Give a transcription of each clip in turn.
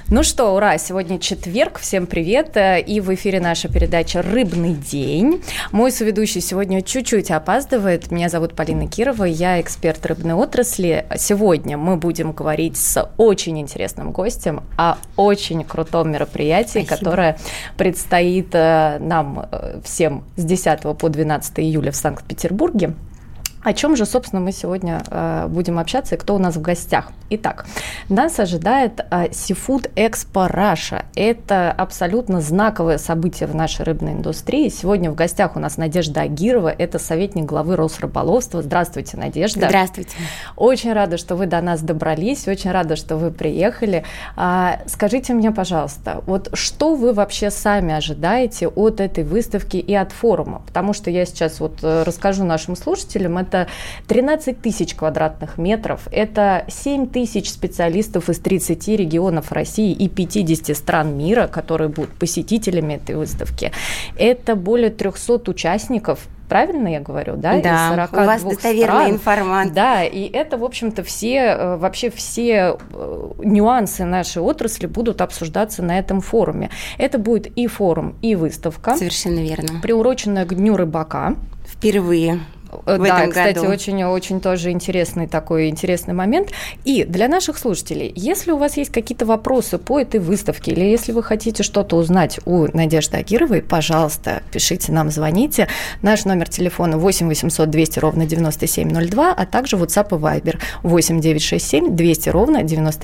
Ну что, ура, сегодня четверг, всем привет, и в эфире наша передача «Рыбный день». Мой соведущий сегодня чуть-чуть опаздывает, меня зовут Полина Кирова, я эксперт рыбной отрасли. Сегодня мы будем говорить с очень интересным гостем о очень крутом мероприятии, Спасибо. Которое предстоит нам всем с 10 по 12 июля в Санкт-Петербурге. О чем же, собственно, мы сегодня будем общаться и кто у нас в гостях? Итак, нас ожидает Seafood Expo Russia. Это абсолютно знаковое событие в нашей рыбной индустрии. Сегодня в гостях у нас Надежда Агирова, это советник главы Росрыболовства. Здравствуйте, Надежда. Здравствуйте. Очень рада, что вы до нас добрались, очень рада, что вы приехали. Скажите мне, пожалуйста, вот что вы вообще сами ожидаете от этой выставки и от форума? Потому что я сейчас вот расскажу нашим слушателям, это 13 тысяч квадратных метров, это 7 тысяч специалистов из 30 регионов России и 50 стран мира, которые будут посетителями этой выставки. Это более 300 участников. Правильно я говорю, да? Да, из 42 у вас достоверная информация. Да, и это, в общем-то, вообще все нюансы нашей отрасли будут обсуждаться на этом форуме. Это будет и форум, и выставка. Совершенно верно. Приуроченная к Дню рыбака. Впервые. Да, кстати, очень тоже интересный момент. И для наших слушателей, если у вас есть какие-то вопросы по этой выставке, или если вы хотите что-то узнать у Надежды Агировой, пожалуйста, пишите нам, звоните. Наш номер телефона 8 800 200 ровно 9702, а также WhatsApp и Viber 8 967 200 ровно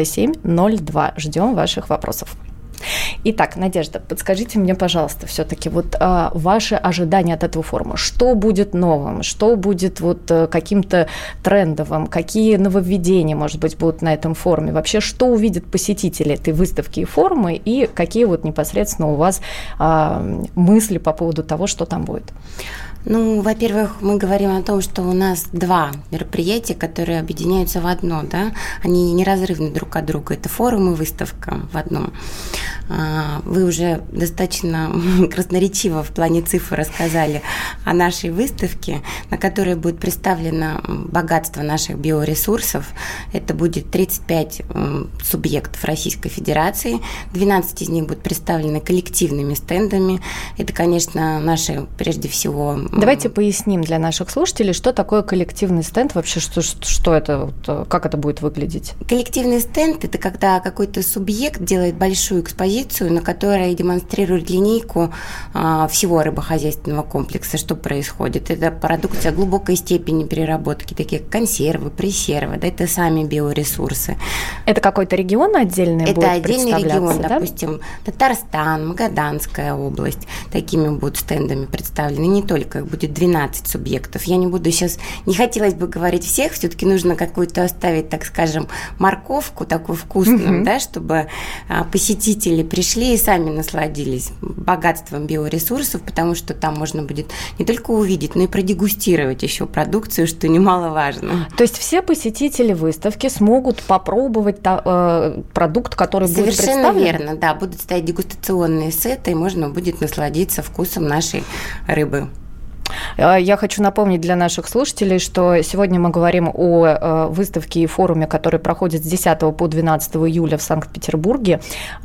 9702. Ждем ваших вопросов. Итак, Надежда, подскажите мне, пожалуйста, все-таки вот ваши ожидания от этого форума. Что будет новым? Что будет вот каким-то трендовым? Какие нововведения, может быть, будут на этом форуме? Вообще, что увидят посетители этой выставки и форума? И какие вот непосредственно у вас мысли по поводу того, что там будет? Ну, во-первых, мы говорим о том, что у нас два мероприятия, которые объединяются в одно, да, они неразрывны друг от друга, это форум и выставка в одном. Вы уже достаточно красноречиво в плане цифр рассказали о нашей выставке, на которой будет представлено богатство наших биоресурсов. Это будет 35 субъектов Российской Федерации, 12 из них будут представлены коллективными стендами. Это, конечно, наши, прежде всего... Давайте поясним для наших слушателей, что такое коллективный стенд, вообще что это, как это будет выглядеть? Коллективный стенд – это когда какой-то субъект делает большую экспозицию, на которой демонстрирует линейку всего рыбохозяйственного комплекса, что происходит. Это продукция глубокой степени переработки, такие как консервы, пресервы, да, это сами биоресурсы. Это какой-то регион отдельный будет представляться? Это отдельный регион, да? Допустим, Татарстан, Магаданская область, такими будут стендами представлены, не только, их будет 12 субъектов. Я не буду сейчас, не хотелось бы говорить всех, все-таки нужно какую-то оставить, так скажем, морковку такую вкусную, да, чтобы посетители пришли и сами насладились богатством биоресурсов, потому что там можно будет не только увидеть, но и продегустировать еще продукцию, что немаловажно. То есть все посетители выставки смогут попробовать продукт, который будет представлен? Совершенно верно, да, будут стоять дегустационные сеты, и можно будет насладиться вкусом нашей рыбы. Я хочу напомнить для наших слушателей, что сегодня мы говорим о выставке и форуме, который проходит с 10 по 12 июля в Санкт-Петербурге.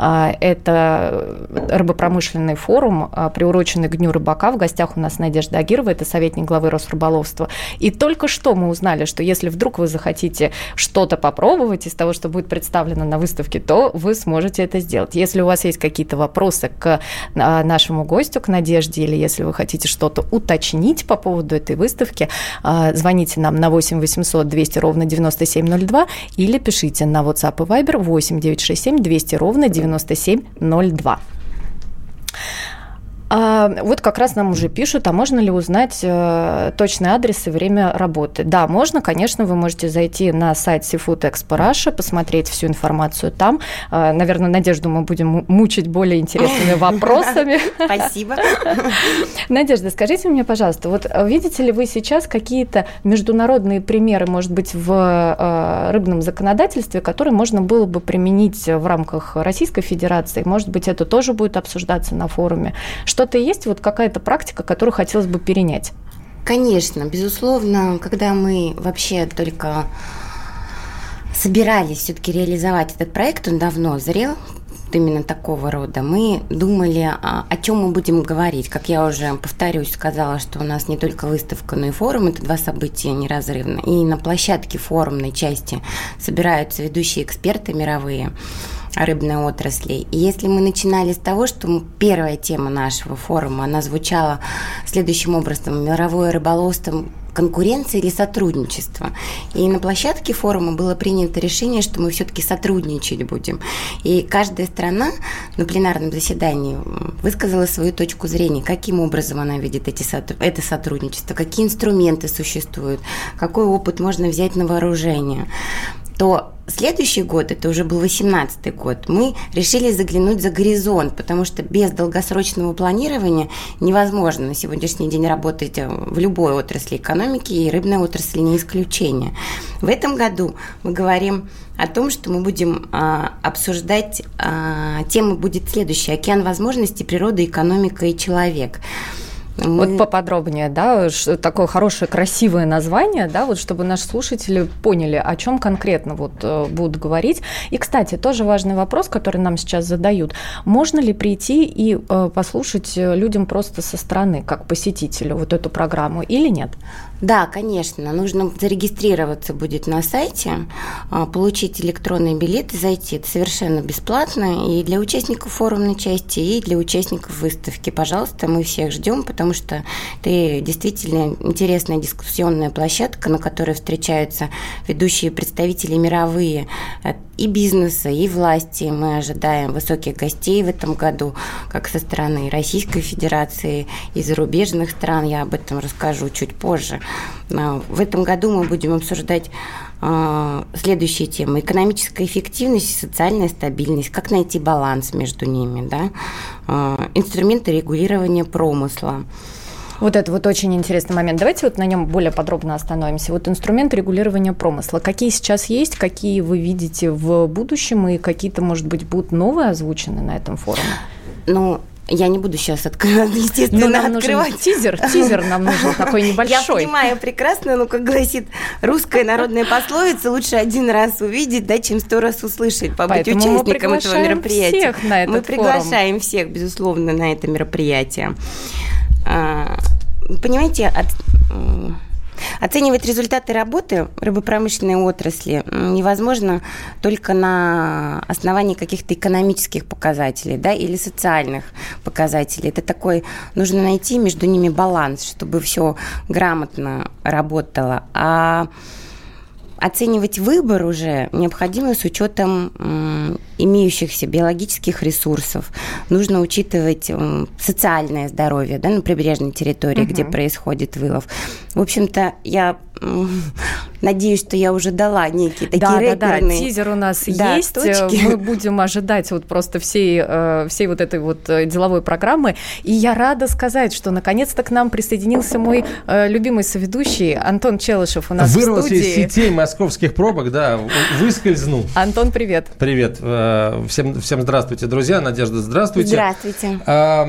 Это рыбопромышленный форум, приуроченный к Дню рыбака. В гостях у нас Надежда Агирова, это советник главы Росрыболовства. И только что мы узнали, что если вдруг вы захотите что-то попробовать из того, что будет представлено на выставке, то вы сможете это сделать. Если у вас есть какие-то вопросы к нашему гостю, к Надежде, или если вы хотите что-то уточнить по поводу этой выставки, звоните нам на 8 800 200 ровно 9702 или пишите на WhatsApp и Viber 8 967 200 ровно 9702. Вот как раз нам уже пишут, а можно ли узнать точный адрес и время работы? Да, можно, конечно, вы можете зайти на сайт Seafood Expo Russia, посмотреть всю информацию там. Наверное, Надежду мы будем мучить более интересными вопросами. Спасибо. Надежда, скажите мне, пожалуйста, вот видите ли вы сейчас какие-то международные примеры, может быть, в рыбном законодательстве, которые можно было бы применить в рамках Российской Федерации? Может быть, это тоже будет обсуждаться на форуме? Что-то есть, вот какая-то практика, которую хотелось бы перенять? Конечно, безусловно, когда мы вообще только собирались все-таки реализовать этот проект, он давно зрел, вот именно такого рода, мы думали, о чем мы будем говорить. Как я уже, повторюсь, сказала, что у нас не только выставка, но и форум. Это два события неразрывно. И на площадке форумной части собираются ведущие эксперты мировые рыбной отрасли. И если мы начинали с того, что первая тема нашего форума, она звучала следующим образом: мировое рыболовство, конкуренция или сотрудничество. И на площадке форума было принято решение, что мы все-таки сотрудничать будем. И каждая страна на пленарном заседании высказала свою точку зрения, каким образом она видит это сотрудничество, какие инструменты существуют, какой опыт можно взять на вооружение. То следующий год, это уже был 2018 год, мы решили заглянуть за горизонт, потому что без долгосрочного планирования невозможно на сегодняшний день работать в любой отрасли экономики, и рыбная отрасль не исключение. В этом году мы говорим о том, что мы будем обсуждать, тема будет следующая: океан возможностей, природа, экономика и человек. Вот поподробнее, да, такое хорошее, красивое название, да, вот чтобы наши слушатели поняли, о чем конкретно вот будут говорить. И, кстати, тоже важный вопрос, который нам сейчас задают. Можно ли прийти и послушать людям просто со стороны, как посетителю, вот эту программу или нет? Да, конечно. Нужно зарегистрироваться будет на сайте, получить электронный билет и зайти. Это совершенно бесплатно и для участников форумной части, и для участников выставки. Пожалуйста, мы всех ждем, потому что это действительно интересная дискуссионная площадка, на которой встречаются ведущие представители мировые и бизнеса, и власти. Мы ожидаем высоких гостей в этом году, как со стороны Российской Федерации и зарубежных стран. Я об этом расскажу чуть позже. В этом году мы будем обсуждать следующие темы: экономическая эффективность и социальная стабильность, как найти баланс между ними, да? Инструменты регулирования промысла. Вот это вот очень интересный момент. Давайте вот на нем более подробно остановимся. Вот инструмент регулирования промысла. Какие сейчас есть, какие вы видите в будущем, и какие-то, может быть, будут новые озвучены на этом форуме? Ну, я не буду сейчас, естественно, нам открывать. Нужен тизер нам нужен такой небольшой. Я понимаю прекрасно, но, как гласит русская народная пословица, лучше один раз увидеть, да, чем 100 раз услышать, побыть участником этого мероприятия. Всех на этот Мы приглашаем всех, безусловно, на это мероприятие. Понимаете, оценивать результаты работы рыбопромышленной отрасли невозможно только на основании каких-то экономических показателей, да, или социальных показателей. Это такой, нужно найти между ними баланс, чтобы все грамотно работало. А оценивать выбор уже необходимо с учетом имеющихся биологических ресурсов. Нужно учитывать социальное здоровье, да, на прибрежной территории, где происходит вылов. В общем-то, я надеюсь, что я уже дала некие такие рэперные... Да, тизер у нас есть. Точки. Мы будем ожидать вот просто всей вот этой вот деловой программы. И я рада сказать, что наконец-то к нам присоединился мой любимый соведущий Антон Челышев у нас в студии. Вырвался из сетей московских пробок, да, выскользнул. Антон, привет. Привет. Всем здравствуйте, друзья. Надежда, здравствуйте. Здравствуйте.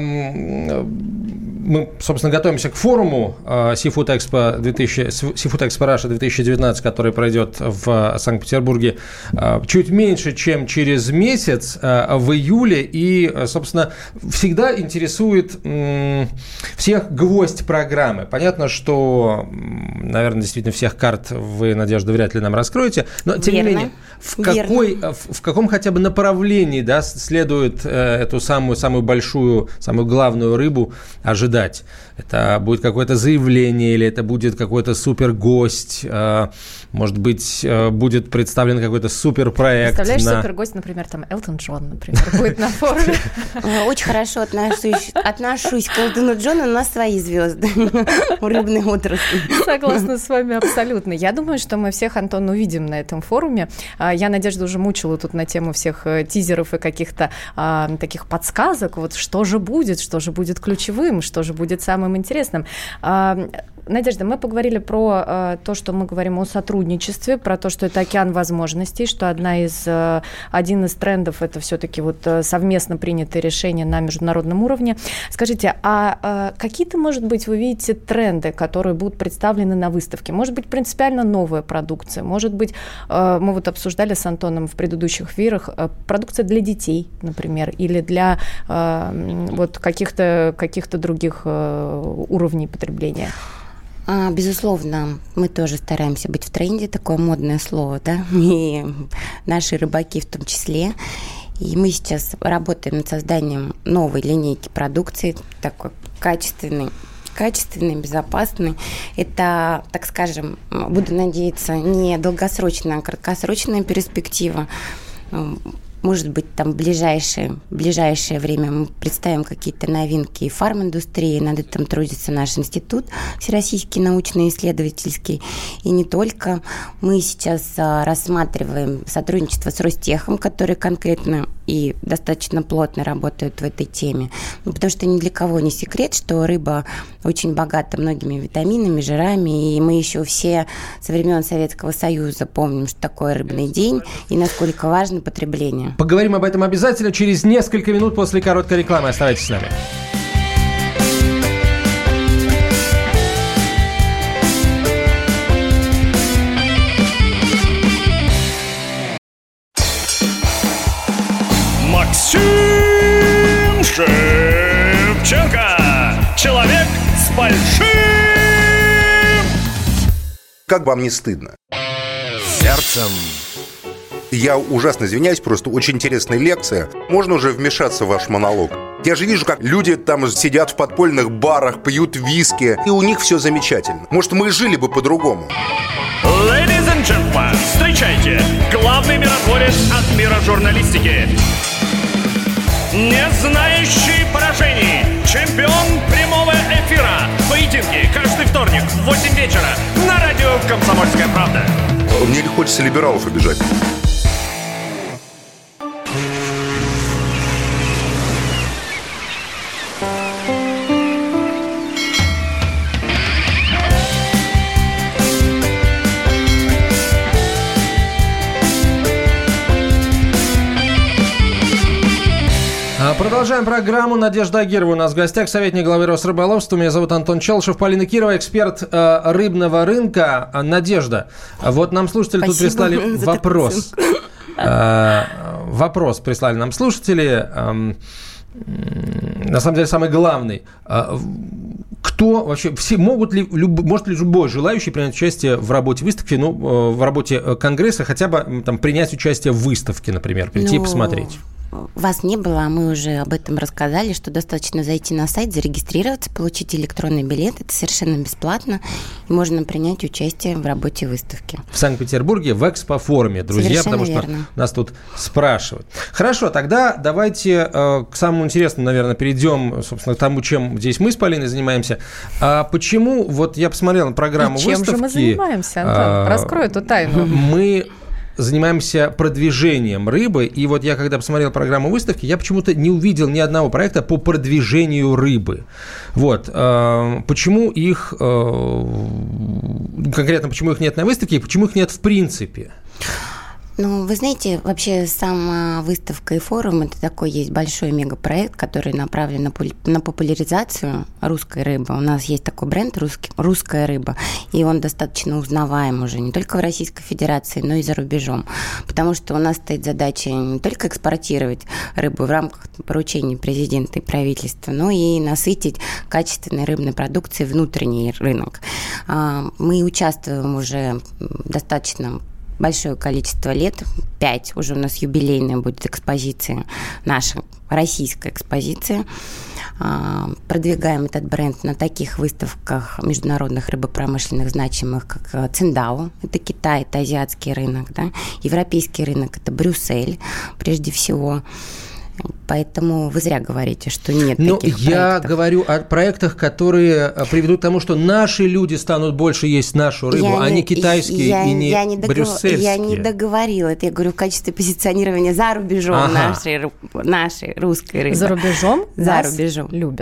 Мы, собственно, готовимся к форуму Seafood Expo Russia 2019, который пройдет в Санкт-Петербурге чуть меньше, чем через месяц, в июле. И, собственно, всегда интересует всех гвоздь программы. Понятно, что, наверное, действительно всех карт вы, Надежда, вряд ли нам раскроете. Но, тем не менее, в каком хотя бы направлении, да, следует эту самую большую, самую главную рыбу ожидать? Это будет какое-то заявление или это будет какой-то супергость? Может быть, будет представлен какой-то суперпроект? Представляешь, супергость, например, там Элтон Джон, например, будет на форуме. Очень хорошо отношусь к Элтону Джону, у нас свои звезды у рыбной отрасли. Согласна с вами абсолютно. Я думаю, что мы всех, Антон, увидим на этом форуме. Я, Надежда, уже мучила тут на тему всех тизеров и каких-то таких подсказок. Вот что же будет ключевым, что же будет самым интересным. Надежда, мы поговорили про то, что мы говорим о сотрудничестве, про то, что это океан возможностей, что один из трендов – это все-таки вот совместно принятые решения на международном уровне. Скажите, а какие-то, может быть, вы видите тренды, которые будут представлены на выставке? Может быть, принципиально новая продукция? Может быть, мы вот обсуждали с Антоном в предыдущих эфирах, продукция для детей, например, или для вот каких-то других уровней потребления? Безусловно, мы тоже стараемся быть в тренде, такое модное слово, да, и наши рыбаки в том числе. И мы сейчас работаем над созданием новой линейки продукции, такой качественной, безопасной. Это, так скажем, буду надеяться, не долгосрочная, а краткосрочная перспектива. Может быть, там в ближайшее время мы представим какие-то новинки в фарм-индустрии. Над этим трудится наш институт Всероссийский научно-исследовательский. И не только. Мы сейчас рассматриваем сотрудничество с Ростехом, который конкретно и достаточно плотно работают в этой теме. Потому что ни для кого не секрет, что рыба очень богата многими витаминами, жирами. И мы еще все со времен Советского Союза помним, что такое рыбный день и насколько важно потребление. Поговорим об этом обязательно через несколько минут после короткой рекламы. Оставайтесь с нами. Максим Шевченко. Человек с большим... Как вам не стыдно? Сердцем. Я ужасно извиняюсь, просто очень интересная лекция. Можно уже вмешаться в ваш монолог? Я же вижу, как люди там сидят в подпольных барах, пьют виски, и у них все замечательно. Может, мы жили бы по-другому? Ladies and gentlemen, встречайте, главный миротворец от мира журналистики. Не знающий поражений, чемпион прямого эфира. Поединки каждый вторник в 8 вечера на радио «Комсомольская правда». Мне не хочется либералов обижать. Продолжаем программу. Надежда Агирова у нас в гостях, советник главы Росрыболовства. Меня зовут Антон Челышев, Полина Кирова, эксперт рыбного рынка. Надежда, вот нам слушатели тут прислали вопрос. Вопрос прислали нам слушатели. На самом деле самый главный. Кто вообще, может ли любой желающий принять участие в работе выставки, в работе конгресса, хотя бы там, принять участие в выставке, например, прийти и посмотреть? Вас не было, а мы уже об этом рассказали, что достаточно зайти на сайт, зарегистрироваться, получить электронный билет. Это совершенно бесплатно, и можно принять участие в работе выставки. В Санкт-Петербурге в экспофоруме, друзья, совершенно потому верно. Что нас тут спрашивают. Хорошо, тогда давайте к самому интересному, наверное, перейдем, собственно, к тому, чем здесь мы с Полиной занимаемся. Почему, вот я посмотрел на программу выставки... Чем же мы занимаемся, Антон? Раскрой эту тайну. Мы занимаемся продвижением рыбы, и вот я, когда посмотрел программу выставки, я почему-то не увидел ни одного проекта по продвижению рыбы. Вот. Почему их, конкретно, почему их нет на выставке, и почему их нет в принципе? Ну, вы знаете, вообще сама выставка и форум – это такой есть большой мегапроект, который направлен на популяризацию русской рыбы. У нас есть такой бренд «Русская рыба», и он достаточно узнаваем уже не только в Российской Федерации, но и за рубежом. Потому что у нас стоит задача не только экспортировать рыбу в рамках поручений президента и правительства, но и насытить качественной рыбной продукцией внутренний рынок. Мы участвуем уже достаточно большое количество лет, 5, уже у нас юбилейная будет экспозиция, наша российская экспозиция. Продвигаем этот бренд на таких выставках международных рыбопромышленных значимых, как Циндао, это Китай, это азиатский рынок, да? Европейский рынок, это Брюссель, прежде всего. Поэтому вы зря говорите, что нет таких проектов. Я говорю о проектах, которые приведут к тому, что наши люди станут больше есть нашу рыбу, а не китайские и не брюссельские. Я не договорила. Это я говорю в качестве позиционирования за рубежом нашей русской рыбы. За рубежом? За рубежом. Любят.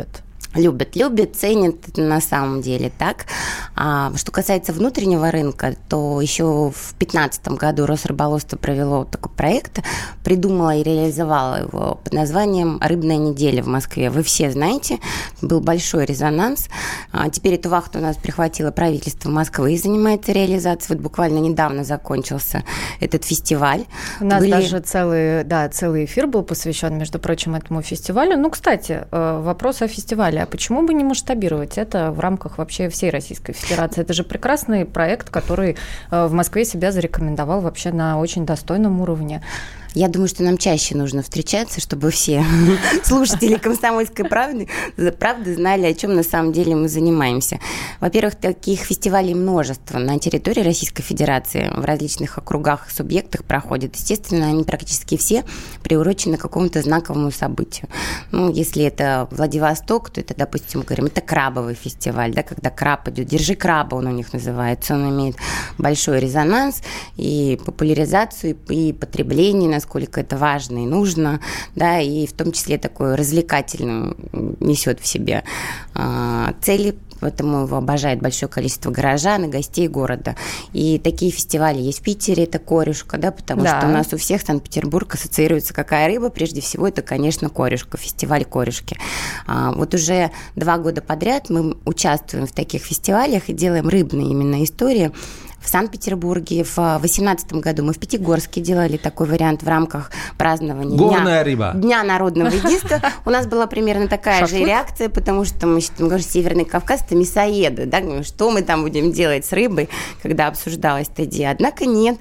Любят, ценят, это на самом деле так. А что касается внутреннего рынка, то еще в 2015 году Росрыболовство провело такой проект, придумало и реализовало его под названием «Рыбная неделя» в Москве. Вы все знаете, был большой резонанс. Теперь эту вахту у нас прихватило правительство Москвы и занимается реализацией. Вот буквально недавно закончился этот фестиваль. У нас даже целый эфир был посвящен, между прочим, этому фестивалю. Ну, кстати, вопрос о фестивале. А почему бы не масштабировать это в рамках вообще всей Российской Федерации? Это же прекрасный проект, который в Москве себя зарекомендовал вообще на очень достойном уровне. Я думаю, что нам чаще нужно встречаться, чтобы все слушатели «Комсомольской правды» знали, о чем на самом деле мы занимаемся. Во-первых, таких фестивалей множество на территории Российской Федерации, в различных округах и субъектах проходят. Естественно, они практически все приурочены к какому-то знаковому событию. Ну, если это Владивосток, то это, допустим, говорим, это крабовый фестиваль, да, когда краб идет. «Держи краба» он у них называется. Он имеет большой резонанс и популяризацию, и потребление, насколько это важно и нужно, да, и в том числе такую развлекательную несет в себе цели, поэтому его обожает большое количество горожан и гостей города. И такие фестивали есть в Питере, это корюшка, да, потому что у нас у всех Санкт-Петербург ассоциируется какая рыба, прежде всего это, конечно, корюшка, фестиваль корюшки. Вот уже 2 года подряд мы участвуем в таких фестивалях и делаем рыбные именно истории. В Санкт-Петербурге в 2018 году мы в Пятигорске делали такой вариант в рамках празднования Дня народного единства. У нас была примерно такая же реакция, потому что мы считаем, что Северный Кавказ – это мясоеды, да? Что мы там будем делать с рыбой, когда обсуждалась эта идея. Однако нет,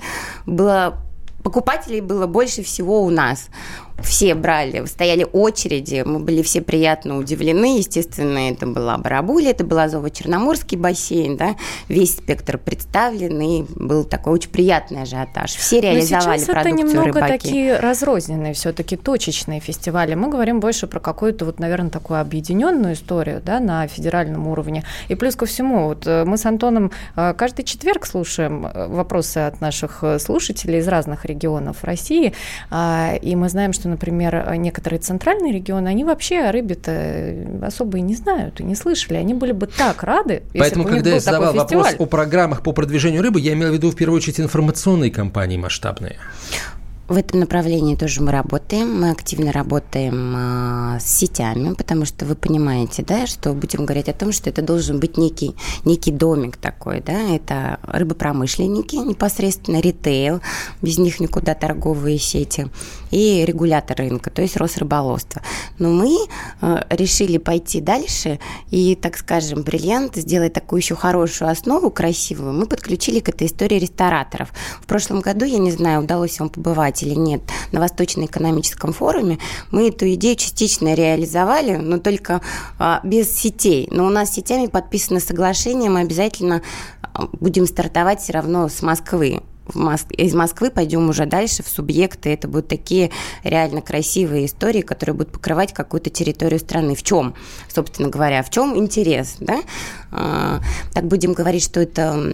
покупателей было больше всего у нас. Все брали, стояли очереди, мы были все приятно удивлены. Естественно, это была Барабуля, это был Азово-Черноморский бассейн, да, весь спектр представлен, и был такой очень приятный ажиотаж. Все реализовали продукцию рыбаки. Но сейчас это немного такие разрозненные, все-таки точечные фестивали. Мы говорим больше про какую-то, вот, наверное, такую объединенную историю, да, на федеральном уровне. И плюс ко всему, вот мы с Антоном каждый четверг слушаем вопросы от наших слушателей из разных регионов России, и мы знаем, что, например, некоторые центральные регионы, они вообще о рыбе-то особо и не знают, и не слышали. Они были бы так рады, если Поэтому, бы у них когда был я задавал такой фестиваль. Вопрос о программах по продвижению рыбы, я имел в виду в первую очередь информационные кампании масштабные. В этом направлении тоже мы работаем. Мы активно работаем с сетями, потому что вы понимаете, да, что будем говорить о том, что это должен быть некий домик такой, да, это рыбопромышленники непосредственно, ритейл, без них никуда торговые сети, и регулятор рынка, то есть Росрыболовство. Но мы решили пойти дальше и, так скажем, бриллиант, сделать такую еще хорошую основу, красивую. Мы подключили к этой истории рестораторов. В прошлом году, я не знаю, удалось вам побывать или нет, на Восточно-экономическом форуме мы эту идею частично реализовали, но только без сетей. Но у нас с сетями подписано соглашение, мы обязательно будем стартовать все равно с Москвы. Из Москвы пойдем уже дальше в субъекты. Это будут такие реально красивые истории, которые будут покрывать какую-то территорию страны. В чем, собственно говоря, в чем интерес? Да? Так будем говорить, что это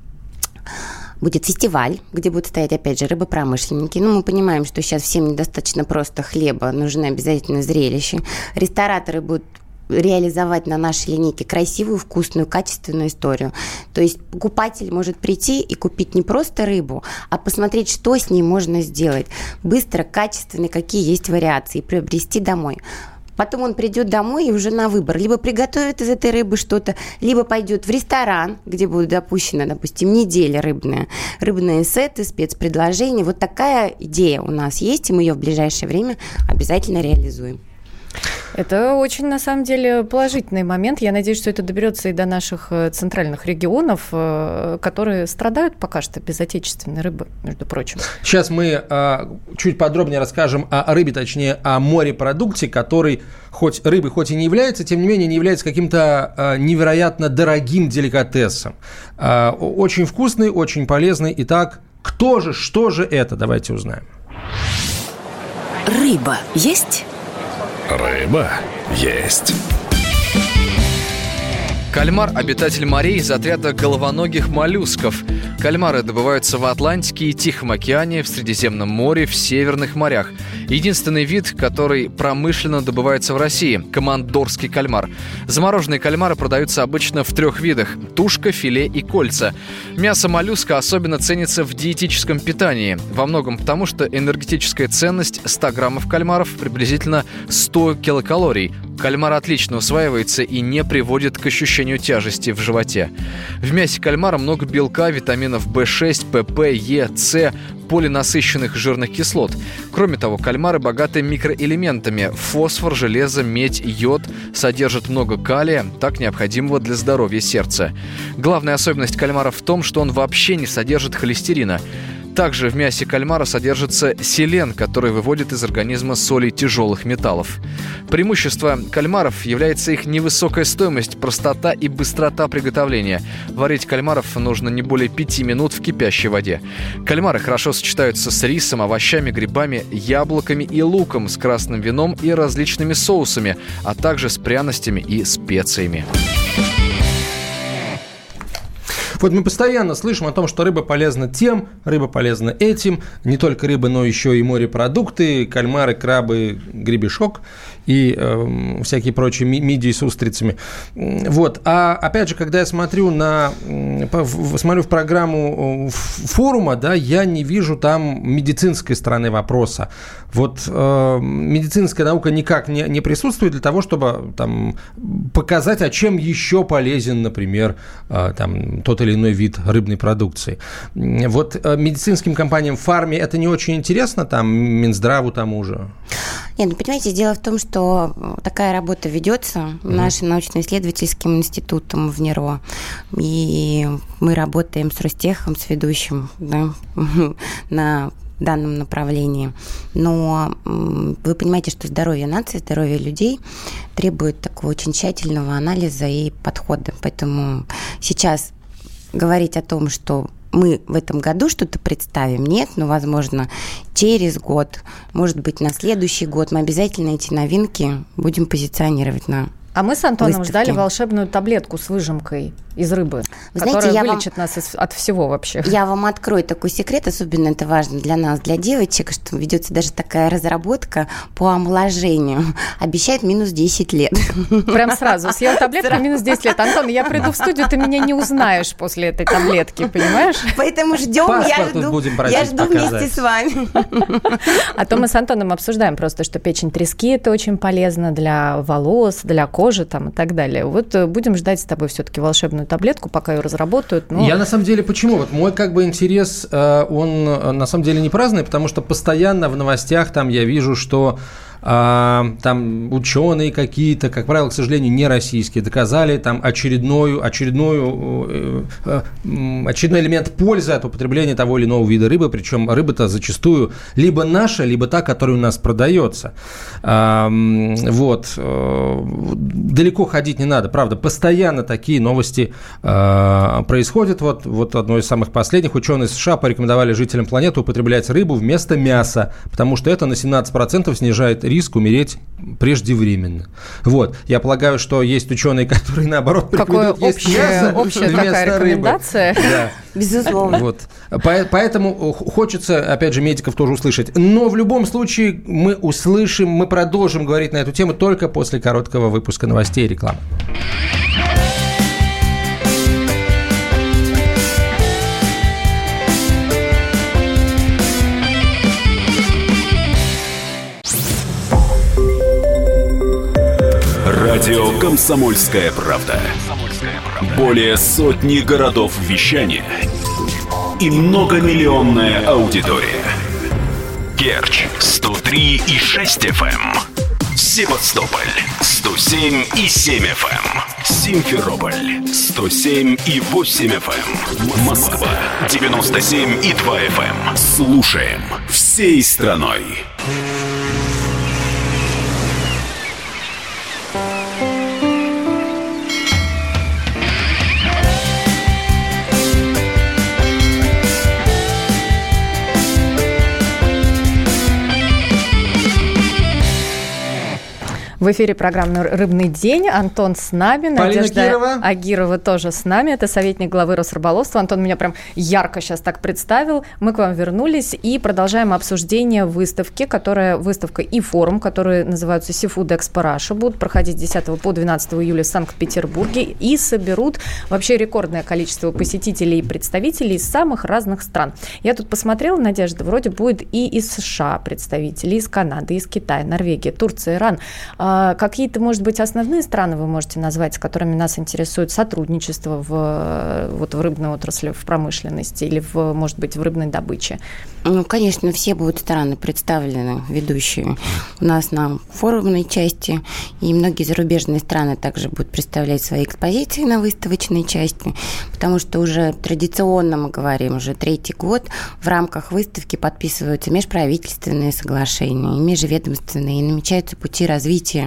будет фестиваль, где будут стоять, опять же, рыбопромышленники. Ну, мы понимаем, что сейчас всем недостаточно просто хлеба, нужны обязательно зрелища. Рестораторы будут реализовать на нашей линейке красивую, вкусную, качественную историю. То есть покупатель может прийти и купить не просто рыбу, а посмотреть, что с ней можно сделать. Быстро, качественно, какие есть вариации, и приобрести домой. Потом он придет домой и уже на выбор. Либо приготовит из этой рыбы что-то, либо пойдет в ресторан, где будет допущена, допустим, неделя рыбная. Рыбные сеты, спецпредложения. Вот такая идея у нас есть, и мы ее в ближайшее время обязательно реализуем. Это очень, на самом деле, положительный момент. Я надеюсь, что это доберется и до наших центральных регионов, которые страдают пока что без отечественной рыбы, между прочим. Сейчас мы чуть подробнее расскажем о рыбе, точнее, о морепродукте, который хоть рыбой, хоть и не является, тем не менее не является каким-то невероятно дорогим деликатесом. Очень вкусный, очень полезный. Итак, что же это? Давайте узнаем. Рыба есть? Рыба есть. Кальмар – обитатель морей из отряда головоногих моллюсков. Кальмары добываются в Атлантике и Тихом океане, в Средиземном море, в северных морях. Единственный вид, который промышленно добывается в России – командорский кальмар. Замороженные кальмары продаются обычно в 3 видах – тушка, филе и кольца. Мясо моллюска особенно ценится в диетическом питании. Во многом потому, что энергетическая ценность 100 граммов кальмаров приблизительно 100 килокалорий. Кальмар отлично усваивается и не приводит к ощущению тяжести в животе. В мясе кальмара много белка, витаминов В6, ПП, Е, С, полинасыщенных жирных кислот. Кроме того, кальмары богаты микроэлементами – фосфор, железо, медь, йод, содержат много калия, так необходимого для здоровья сердца. Главная особенность кальмара в том, что он вообще не содержит холестерина. Также в мясе кальмара содержится селен, который выводит из организма соли тяжелых металлов. Преимущество кальмаров является их невысокая стоимость, простота и быстрота приготовления. Варить кальмаров нужно не более 5 минут в кипящей воде. Кальмары хорошо сочетаются с рисом, овощами, грибами, яблоками и луком, с красным вином и различными соусами, а также с пряностями и специями. Вот мы постоянно слышим о том, что рыба полезна тем, рыба полезна этим. Не только рыба, но еще и морепродукты, кальмары, крабы, гребешок и всякие прочие мидии с устрицами. Вот. А опять же, когда я смотрю в программу форума, да, я не вижу там медицинской стороны вопроса. Вот медицинская наука никак не присутствует для того, чтобы там показать, а чем еще полезен, например, там, тот или иной вид рыбной продукции. Вот медицинским компаниям в фарме это не очень интересно, там, Минздраву тому же? Нет, ну, понимаете, дело в том, что такая работа ведется нашим научно-исследовательским институтом в НИРО, и мы работаем с Ростехом, с ведущим, да, на данном направлении. Но вы понимаете, что здоровье нации, здоровье людей требует такого очень тщательного анализа и подхода. Поэтому сейчас говорить о том, что мы в этом году что-то представим, нет, но, возможно, через год, может быть, на следующий год мы обязательно эти новинки будем позиционировать на А мы с Антоном выставке. ждали волшебную таблетку с выжимкой из рыбы, которая вылечит нас от всего вообще. Я вам открою такой секрет, особенно это важно для нас, для девочек, что ведется даже такая разработка по омоложению. Обещает минус 10 лет. Прям сразу. Съел таблетку, минус 10 лет. Антон, я приду в студию, ты меня не узнаешь после этой таблетки, понимаешь? Поэтому ждем, я жду вместе с вами. А то мы с Антоном обсуждаем просто, что печень трески – это очень полезно для волос, для кожи там, и так далее. Вот будем ждать с тобой все-таки волшебную таблетку, пока ее разработают. Но... Я на самом деле почему? Вот мой как бы интерес, он на самом деле не праздный, потому что постоянно в новостях там я вижу, что там ученые какие-то, как правило, к сожалению, не российские, доказали там очередной элемент пользы от употребления того или иного вида рыбы, причем рыба-то зачастую либо наша, либо та, которая у нас продается. Вот. Далеко ходить не надо, правда, постоянно такие новости происходят. Вот одно из самых последних. Ученые США порекомендовали жителям планеты употреблять рыбу вместо мяса, потому что это на 17% снижает риск умереть преждевременно. Вот. Я полагаю, что есть ученые, которые, наоборот, прекомендуют есть мясо общая такая рекомендация. Да. Безусловно. Вот. Поэтому хочется, опять же, медиков тоже услышать. Но в любом случае мы продолжим говорить на эту тему только после короткого выпуска новостей и рекламы. Радио «Комсомольская правда». Более сотни городов вещания и многомиллионная аудитория. Керчь 103,6 FM, Севастополь 107,7 FM, Симферополь 107,8 FM, Москва 97,2 FM. Слушаем всей страной. В эфире программы «Рыбный день». Антон с нами. Полина Надежда Агирова тоже с нами. Это советник главы Росрыболовства. Антон меня прям ярко сейчас так представил. Мы к вам вернулись и продолжаем обсуждение выставки, выставка и форум, которые называются Seafood Expo Russia, будут проходить с 10 по 12 июля в Санкт-Петербурге и соберут вообще рекордное количество посетителей и представителей из самых разных стран. Я тут посмотрела, Надежда, вроде будет и из США представители, из Канады, из Китая, Норвегии, Турции, Иран. Какие-то, может быть, основные страны вы можете назвать, с которыми нас интересует сотрудничество в рыбной отрасли, в промышленности или, может быть, в рыбной добыче? Ну, конечно, все будут страны представлены, ведущие у нас на форумной части, и многие зарубежные страны также будут представлять свои экспозиции на выставочной части, потому что уже традиционно, мы говорим, уже 3-й год в рамках выставки подписываются межправительственные соглашения, и межведомственные, и намечаются пути развития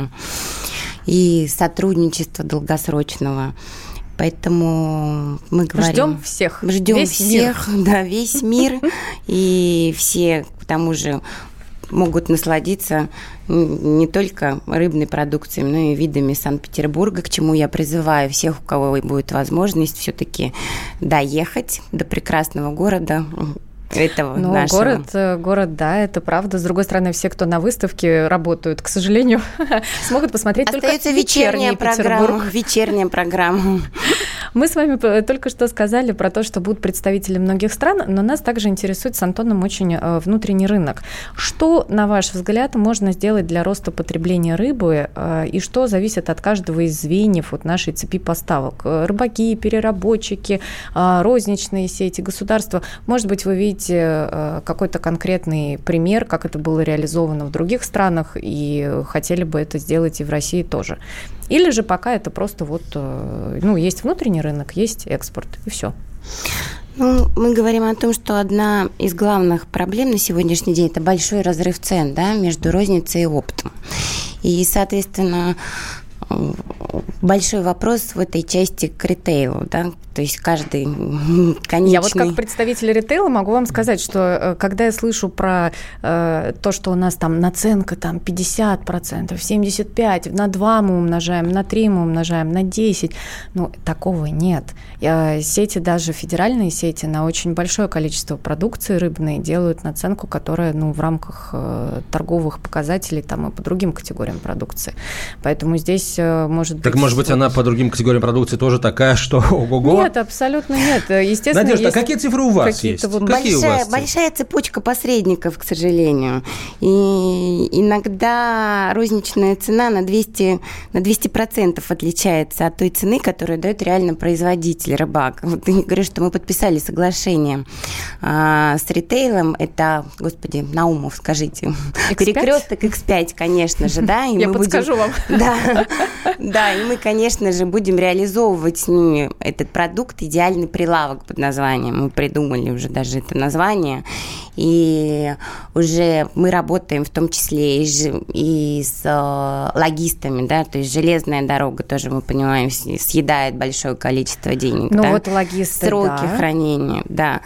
и сотрудничества долгосрочного. Поэтому мы говорим... Ждем всех. Ждем весь всех, мир. Да, весь мир. И все, к тому же, могут насладиться не только рыбной продукцией, но и видами Санкт-Петербурга, к чему я призываю всех, у кого будет возможность все-таки доехать до прекрасного города, этого нашего. Город, да, это правда. С другой стороны, все, кто на выставке работают, к сожалению, смогут посмотреть остается только вечерний Петербург. Вечерняя программа. Мы с вами только что сказали про то, что будут представители многих стран, но нас также интересует с Антоном очень внутренний рынок. Что, на ваш взгляд, можно сделать для роста потребления рыбы, и что зависит от каждого из звеньев от нашей цепи поставок? Рыбаки, переработчики, розничные сети, государства. Может быть, вы видите какой-то конкретный пример, как это было реализовано в других странах, и хотели бы это сделать и в России тоже. Или же пока это просто есть внутренний рынок, есть экспорт, и все. Ну, мы говорим о том, что одна из главных проблем на сегодняшний день – это большой разрыв цен, да, между розницей и оптом. И, соответственно, большой вопрос в этой части к ритейлу, да, то есть каждый конечный... Я как представитель ритейла могу вам сказать, что когда я слышу про то, что у нас там наценка там 50%, 75%, на 2 мы умножаем, на 3 мы умножаем, на 10, такого нет. Сети, даже федеральные сети, на очень большое количество продукции рыбной делают наценку, которая в рамках торговых показателей там, и по другим категориям продукции. Поэтому здесь может быть... Так, может быть, она по другим категориям продукции тоже такая, что ого-го? Нет, абсолютно нет. Естественно, Надежда, какие цифры у вас есть? Большая цепочка посредников, к сожалению. И иногда розничная цена на 200% отличается от той цены, которую дает реально производитель, рыбак. Вот я говорю, что мы подписали соглашение с ритейлом. Это, господи, Наумов, скажите. X5? Перекресток X5, конечно же, да. Я подскажу вам. Да, и мы, конечно же, будем реализовывать с ними этот продукт, идеальный прилавок под названием. Мы придумали уже даже это название. И уже мы работаем в том числе и с логистами, да, то есть железная дорога тоже, мы понимаем, съедает большое количество денег. Логисты, сроки хранения, да.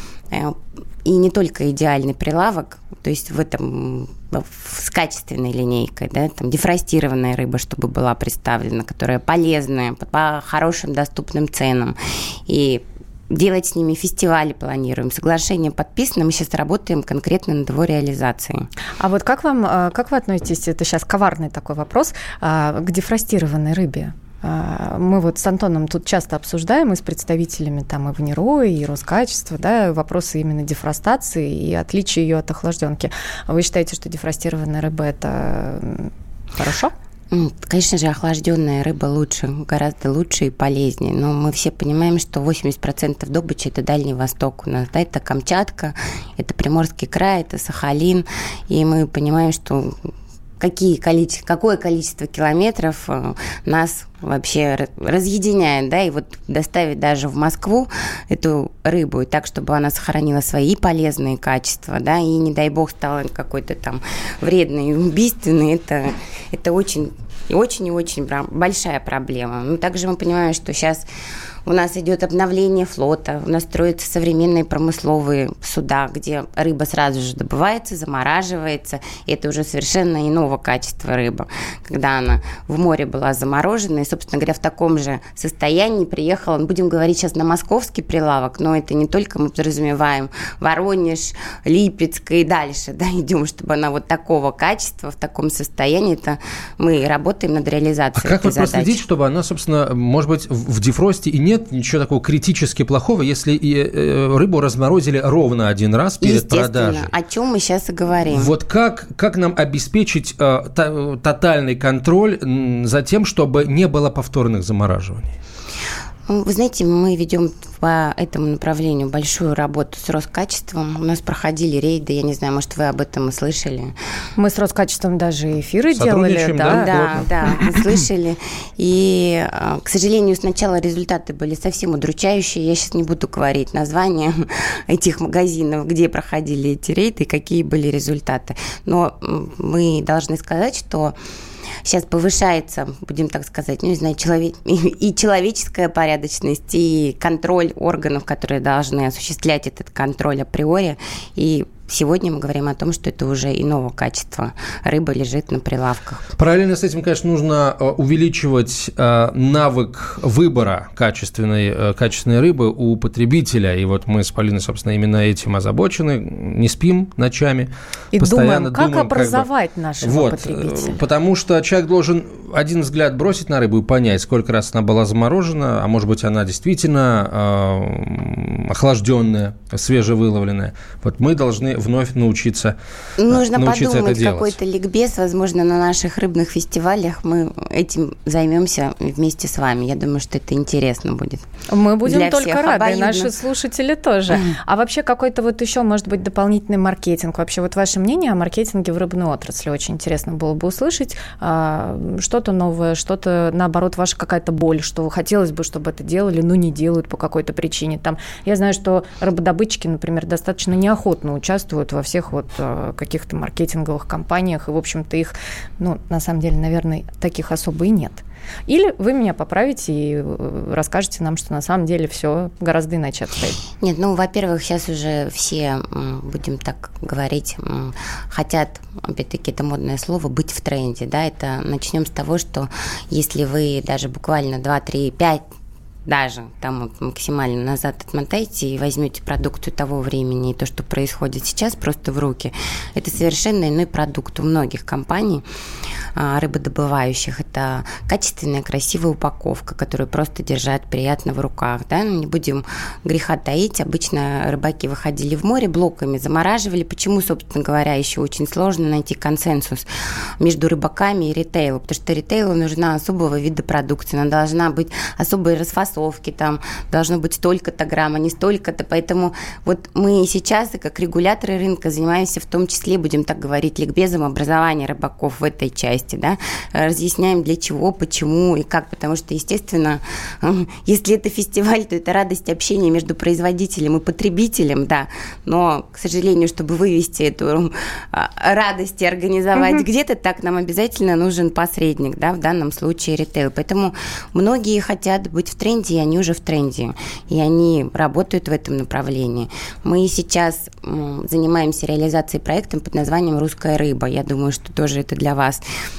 И не только идеальный прилавок, то есть в этом с качественной линейкой, да, там дефростированная рыба, чтобы была представлена, которая полезная, по хорошим доступным ценам. И делать с ними фестивали планируем. Соглашение подписано, мы сейчас работаем конкретно над его реализацией. А вот как вы относитесь, это сейчас коварный такой вопрос, к дефростированной рыбе? Мы с Антоном тут часто обсуждаем и с представителями там и ВНИРО, и Роскачества, да, вопросы именно дефростации и отличия ее от охлажденки. Вы считаете, что дефростированная рыба – это хорошо? Конечно же, охлажденная рыба лучше, гораздо лучше и полезнее. Но мы все понимаем, что 80% добычи – это Дальний Восток у нас. Да? Это Камчатка, это Приморский край, это Сахалин. И мы понимаем, что какое количество километров нас вообще разъединяет, да, и доставить даже в Москву эту рыбу, и так, чтобы она сохранила свои полезные качества, да, и, не дай бог, стала какой-то там вредной и убийственной, это очень и очень большая проблема. Также мы понимаем, что сейчас У нас идет обновление флота, у нас строятся современные промысловые суда, где рыба сразу же добывается, замораживается, и это уже совершенно иного качества рыба. Когда она в море была заморожена, и, собственно говоря, в таком же состоянии приехала, будем говорить сейчас на московский прилавок, но это не только мы подразумеваем Воронеж, Липецк и дальше, да, идем, чтобы она вот такого качества, в таком состоянии, это мы работаем над реализацией этой задачи. Проследить, чтобы она, собственно, может быть, в дефросте и нет ничего такого критически плохого, если рыбу разморозили ровно один раз перед продажей. О чем мы сейчас и говорим. Вот как нам обеспечить тотальный контроль за тем, чтобы не было повторных замораживаний? Вы знаете, мы ведем по этому направлению большую работу с Роскачеством. У нас проходили рейды, я не знаю, может, вы об этом и слышали. Мы с Роскачеством даже эфиры делали. Да, мы слышали. И, к сожалению, сначала результаты были совсем удручающие. Я сейчас не буду говорить названия этих магазинов, где проходили эти рейды и какие были результаты. Но мы должны сказать, что сейчас повышается, будем так сказать, не знаю, и человеческая порядочность, и контроль органов, которые должны осуществлять этот контроль априори. И сегодня мы говорим о том, что это уже иного качества рыба лежит на прилавках. Параллельно с этим, конечно, нужно увеличивать навык выбора качественной рыбы у потребителя. И вот мы с Полиной, собственно, именно этим озабочены. Не спим ночами. И постоянно думаем, как образовать нашего потребителя. Потому что человек должен один взгляд бросить на рыбу и понять, сколько раз она была заморожена, а может быть, она действительно охлажденная, свежевыловленная. Вот мы должны вновь научиться Нужно научиться подумать, это делать. Какой-то ликбез, возможно, на наших рыбных фестивалях мы этим займемся вместе с вами. Я думаю, что это интересно будет. Мы будем для только всех, рады, обоюдно. наши слушатели тоже. А вообще какой-то вот еще, может быть, дополнительный маркетинг? Вообще вот ваше мнение о маркетинге в рыбной отрасли очень интересно было бы услышать. Что-то новое, что-то, наоборот, ваша какая-то боль, что хотелось бы, чтобы это делали, но не делают по какой-то причине. Там, я знаю, что рыбодобытчики, например, достаточно неохотно участвуют во всех вот каких-то маркетинговых кампаниях, и, в общем-то, их, на самом деле, наверное, таких особо и нет. Или вы меня поправите и расскажете нам, что на самом деле все гораздо иначе обстоит. Нет, во-первых, сейчас уже все, будем так говорить, хотят, опять-таки, это модное слово, быть в тренде, да, это начнем с того, что если вы даже буквально 2, 3, 5 даже там вот максимально назад отмотайте и возьмете продукцию того времени и то, что происходит сейчас, просто в руки, это совершенно иной продукт у многих компаний рыбодобывающих. Это качественная, красивая упаковка, которую просто держать приятно в руках. Да? Не будем греха таить. Обычно рыбаки выходили в море блоками, замораживали. Почему, собственно говоря, еще очень сложно найти консенсус между рыбаками и ритейлом? Потому что ритейлу нужна особого вида продукции. Она должна быть особой расфасовки, там должно быть столько-то грамм, а не столько-то. Поэтому вот мы сейчас, как регуляторы рынка, занимаемся в том числе, будем так говорить, ликбезом образования рыбаков в этой части. Да? Разъясняем, для чего, почему и как, потому что, естественно, если это фестиваль, то это радость общения между производителем и потребителем, да, но, к сожалению, чтобы вывести эту радость и организовать где-то, так нам обязательно нужен посредник, да, в данном случае ритейл, поэтому многие хотят быть в тренде, и они уже в тренде, и они работают в этом направлении. Мы сейчас занимаемся реализацией проекта под названием «Русская рыба», я думаю, что тоже это для вас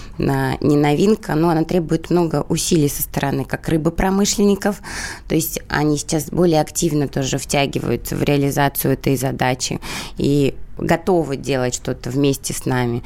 не новинка, но она требует много усилий со стороны как рыбопромышленников, то есть они сейчас более активно тоже втягиваются в реализацию этой задачи и готовы делать что-то вместе с нами.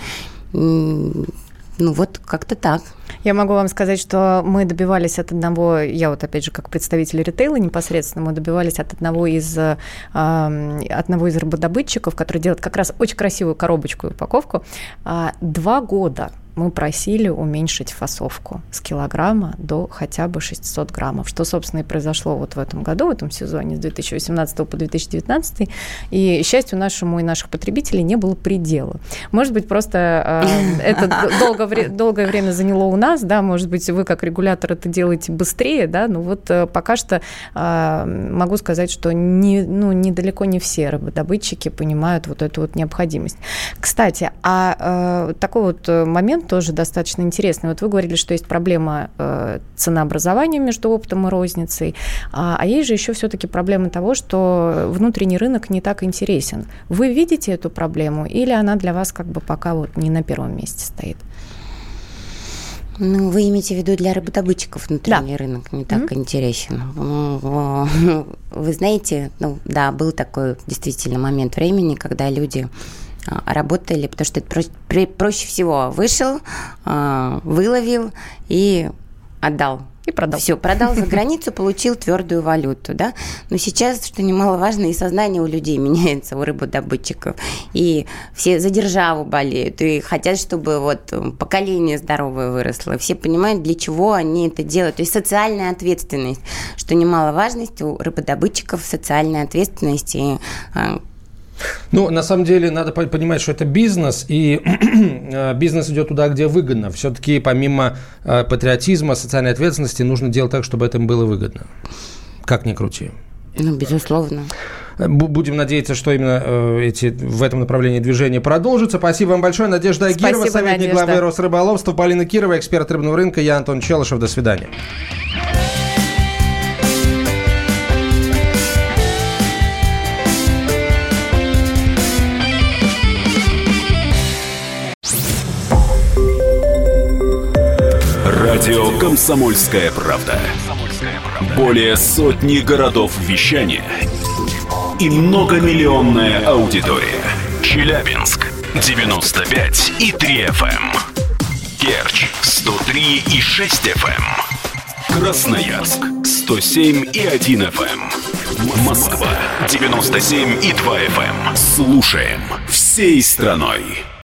Вот как-то так. Я могу вам сказать, что мы добивались от одного, я вот опять же как представитель ритейла непосредственно, мы добивались от одного из рыбодобытчиков, который делает как раз очень красивую коробочку и упаковку, 2 года мы просили уменьшить фасовку с килограмма до хотя бы 600 граммов, что, собственно, и произошло вот в этом году, в этом сезоне с 2018 по 2019, и счастью нашему и наших потребителей не было предела. Может быть, просто это долгое время заняло у нас, да, может быть, вы как регулятор это делаете быстрее, да, но вот пока что могу сказать, что недалеко не все рыбодобытчики понимают вот эту вот необходимость. Кстати, такой вот момент, тоже достаточно интересный. Вот вы говорили, что есть проблема ценообразования между оптом и розницей, а есть же еще все-таки проблема того, что внутренний рынок не так интересен. Вы видите эту проблему или она для вас как бы пока вот не на первом месте стоит? Ну, вы имеете в виду для рыбодобытчиков внутренний рынок не так интересен. Вы знаете, был такой действительно момент времени, когда люди работали, потому что это проще всего. Вышел, выловил и отдал. И продал. Все, продал за границу, получил твердую валюту, да. Но сейчас, что немаловажно, и сознание у людей меняется, у рыбодобытчиков. И все за державу болеют, и хотят, чтобы вот поколение здоровое выросло. Все понимают, для чего они это делают. То есть социальная ответственность, что немаловажно, у рыбодобытчиков социальная ответственность и ну, на самом деле, надо понимать, что это бизнес, и бизнес идет туда, где выгодно. Все-таки помимо патриотизма, социальной ответственности, нужно делать так, чтобы это было выгодно. Как ни крути. Ну, безусловно. Будем надеяться, что именно в этом направлении движения продолжится. Спасибо вам большое. Надежда Агирова, советник главы Росрыболовства, Полина Кирова, эксперт рыбного рынка. Я Антон Челышев. До свидания. Радио «Комсомольская правда». Более сотни городов вещания и многомиллионная аудитория. Челябинск 95,3 FM. Керчь 103,6 FM. Красноярск 107,1 FM. Москва 97,2 FM. Слушаем всей страной.